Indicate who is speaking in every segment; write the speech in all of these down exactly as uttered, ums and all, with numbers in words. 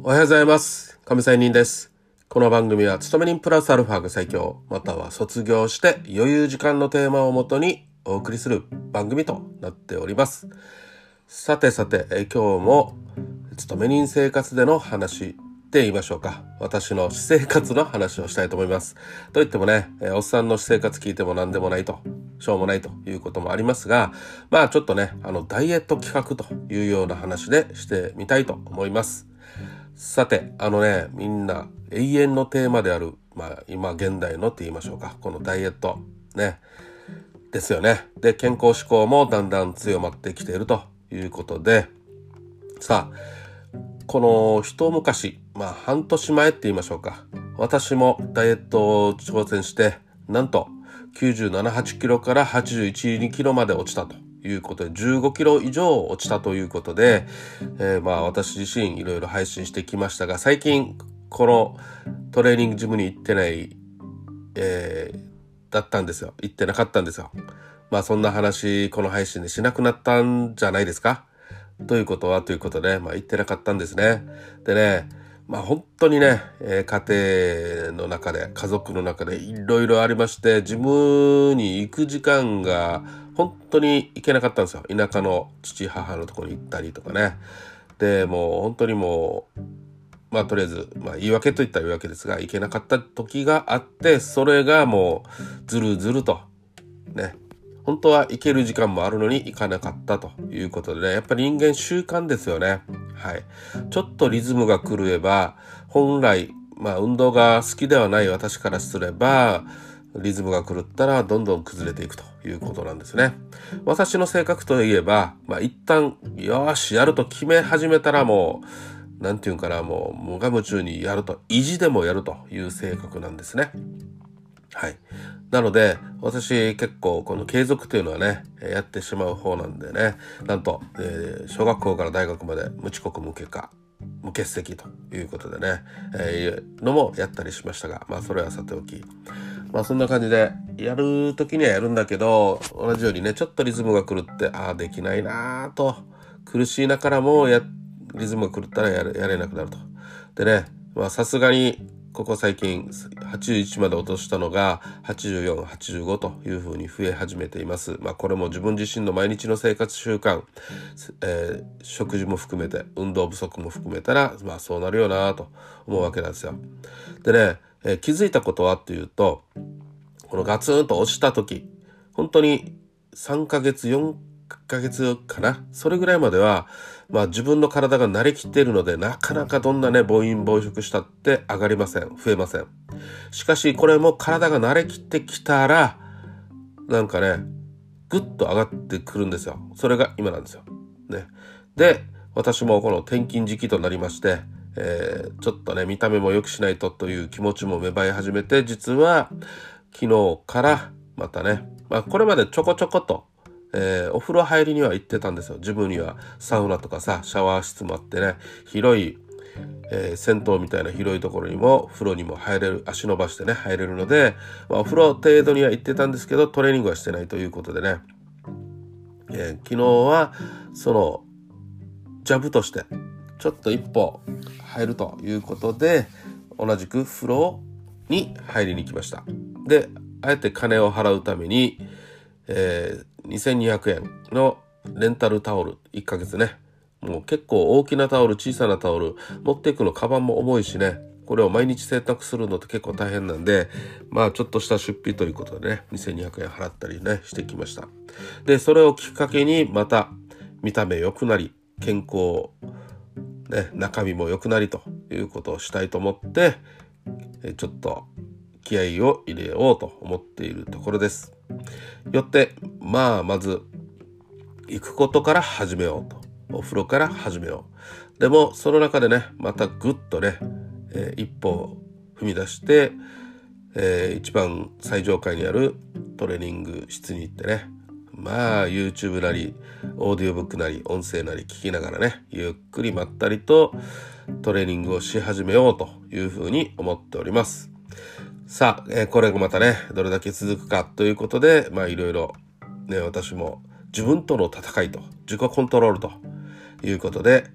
Speaker 1: おはようございます。神斉人です。この番組は勤め人プラスアルファが最強、または卒業して余裕時間のテーマをもとにお送りする番組となっております。さてさて、え今日も勤め人生活での話って言いましょうか。私の私生活の話をしたいと思います。といってもね、えおっさんの私生活聞いても何でもないと、しょうもないということもありますが、まあちょっとね、あのダイエット企画というような話でしてみたいと思います。さて、あのね、みんな永遠のテーマである、まあ今現代のって言いましょうか、このダイエットね、ですよね。で、健康志向もだんだん強まってきているということで、さあ、この一昔、まあ半年前って言いましょうか、私もダイエットを挑戦して、なんときゅうじゅうなな、はちキロからはちじゅういち、にキロまで落ちたということで、じゅうごキロ以上落ちたということで、えー、まあ私自身いろいろ配信してきましたが、最近このトレーニングジムに行ってない、えー、だったんですよ。行ってなかったんですよ。まあそんな話、この配信でしなくなったんじゃないですか。ということはということで、まあ行ってなかったんですね。でね、まあ本当にね、えー、家庭の中で、家族の中でいろいろありまして、ジムに行く時間が本当に行けなかったんですよ。田舎の父母のところに行ったりとかね。で、もう本当にもう、まあとりあえず、まあ言い訳といったら言い訳ですが、行けなかった時があって、それがもうずるずると、ね。本当は行ける時間もあるのに行かなかったということでね、やっぱり人間習慣ですよね。はい。ちょっとリズムが狂えば、本来、まあ運動が好きではない私からすれば、リズムが狂ったらどんどん崩れていくということなんですね。私の性格といえば、まあ一旦、よーし、やると決め始めたらもう、なんていうんかな、もう無我夢中にやると、意地でもやるという性格なんですね。はい。なので、私結構この継続というのはね、やってしまう方なんでね、なんと、えー、小学校から大学まで無遅刻無欠か、無欠席ということでね、えー、のもやったりしましたが、まあそれはさておき。まあそんな感じで、やるときにはやるんだけど、同じようにね、ちょっとリズムが狂って、ああ、できないなぁと、苦しいながらもや、リズムが狂ったらやれ、やれなくなると。でね、まあさすがに、ここ最近はちじゅういちまで落としたのがはちじゅうよん、はちじゅうごというふうに増え始めています。まあこれも自分自身の毎日の生活習慣、えー、食事も含めて運動不足も含めたらまあそうなるよなと思うわけなんですよ。でね、えー、気づいたことはっていうと、このガツンと落ちた時、本当にさんかげつ、よんかげつかな、それぐらいまではまあ自分の体が慣れきっているので、なかなかどんなね暴飲暴食したって上がりません、増えません。しかしこれも体が慣れきってきたらなんかねぐっと上がってくるんですよ。それが今なんですよね。で、私もこの転勤時期となりまして、えー、ちょっとね見た目も良くしないとという気持ちも芽生え始めて、実は昨日からまたね、まあこれまでちょこちょこと、えー、お風呂入りには行ってたんですよ。自分にはサウナとかさ、シャワー室もあってね、広い、えー、銭湯みたいな広いところにも風呂にも入れる、足伸ばしてね入れるので、まあ、お風呂程度には行ってたんですけど、トレーニングはしてないということでね、えー、昨日はそのジャブとしてちょっと一歩入るということで、同じく風呂に入りに来ました。で、あえて金を払うために、えー、にせんにひゃくえんのレンタルタオルいっかげつね、もう結構大きなタオル、小さなタオル持っていくの、カバンも重いしね、これを毎日洗濯するのって結構大変なんで、まあちょっとした出費ということでね、にせんにひゃくえん払ったりねしてきました。で、それをきっかけにまた見た目良くなり、健康ね、中身も良くなりということをしたいと思って、ちょっと気合を入れようと思っているところです。よって、まあまず行くことから始めようと、お風呂から始めよう。でもその中でね、またぐっとね、えー、一歩踏み出して、えー、一番最上階にあるトレーニング室に行ってね、まあ YouTube なりオーディオブックなり音声なり聞きながらね、ゆっくりまったりとトレーニングをし始めようというふうに思っております。さあ、えー、これがまたねどれだけ続くかということで、まあいろいろね、私も自分との戦いと自己コントロールということで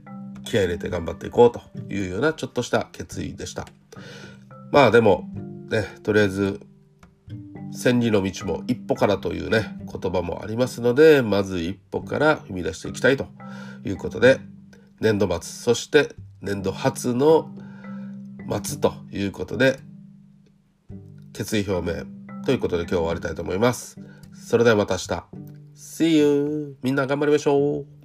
Speaker 1: 気合い入れて頑張っていこうというようなちょっとした決意でした。まあでもね、とりあえず千里の道も一歩からというね言葉もありますので、まず一歩から踏み出していきたいということで、年度末そして年度初の末ということで決意表明ということで今日は終わりたいと思います。それではまた明日 See you。 みんな頑張りましょう。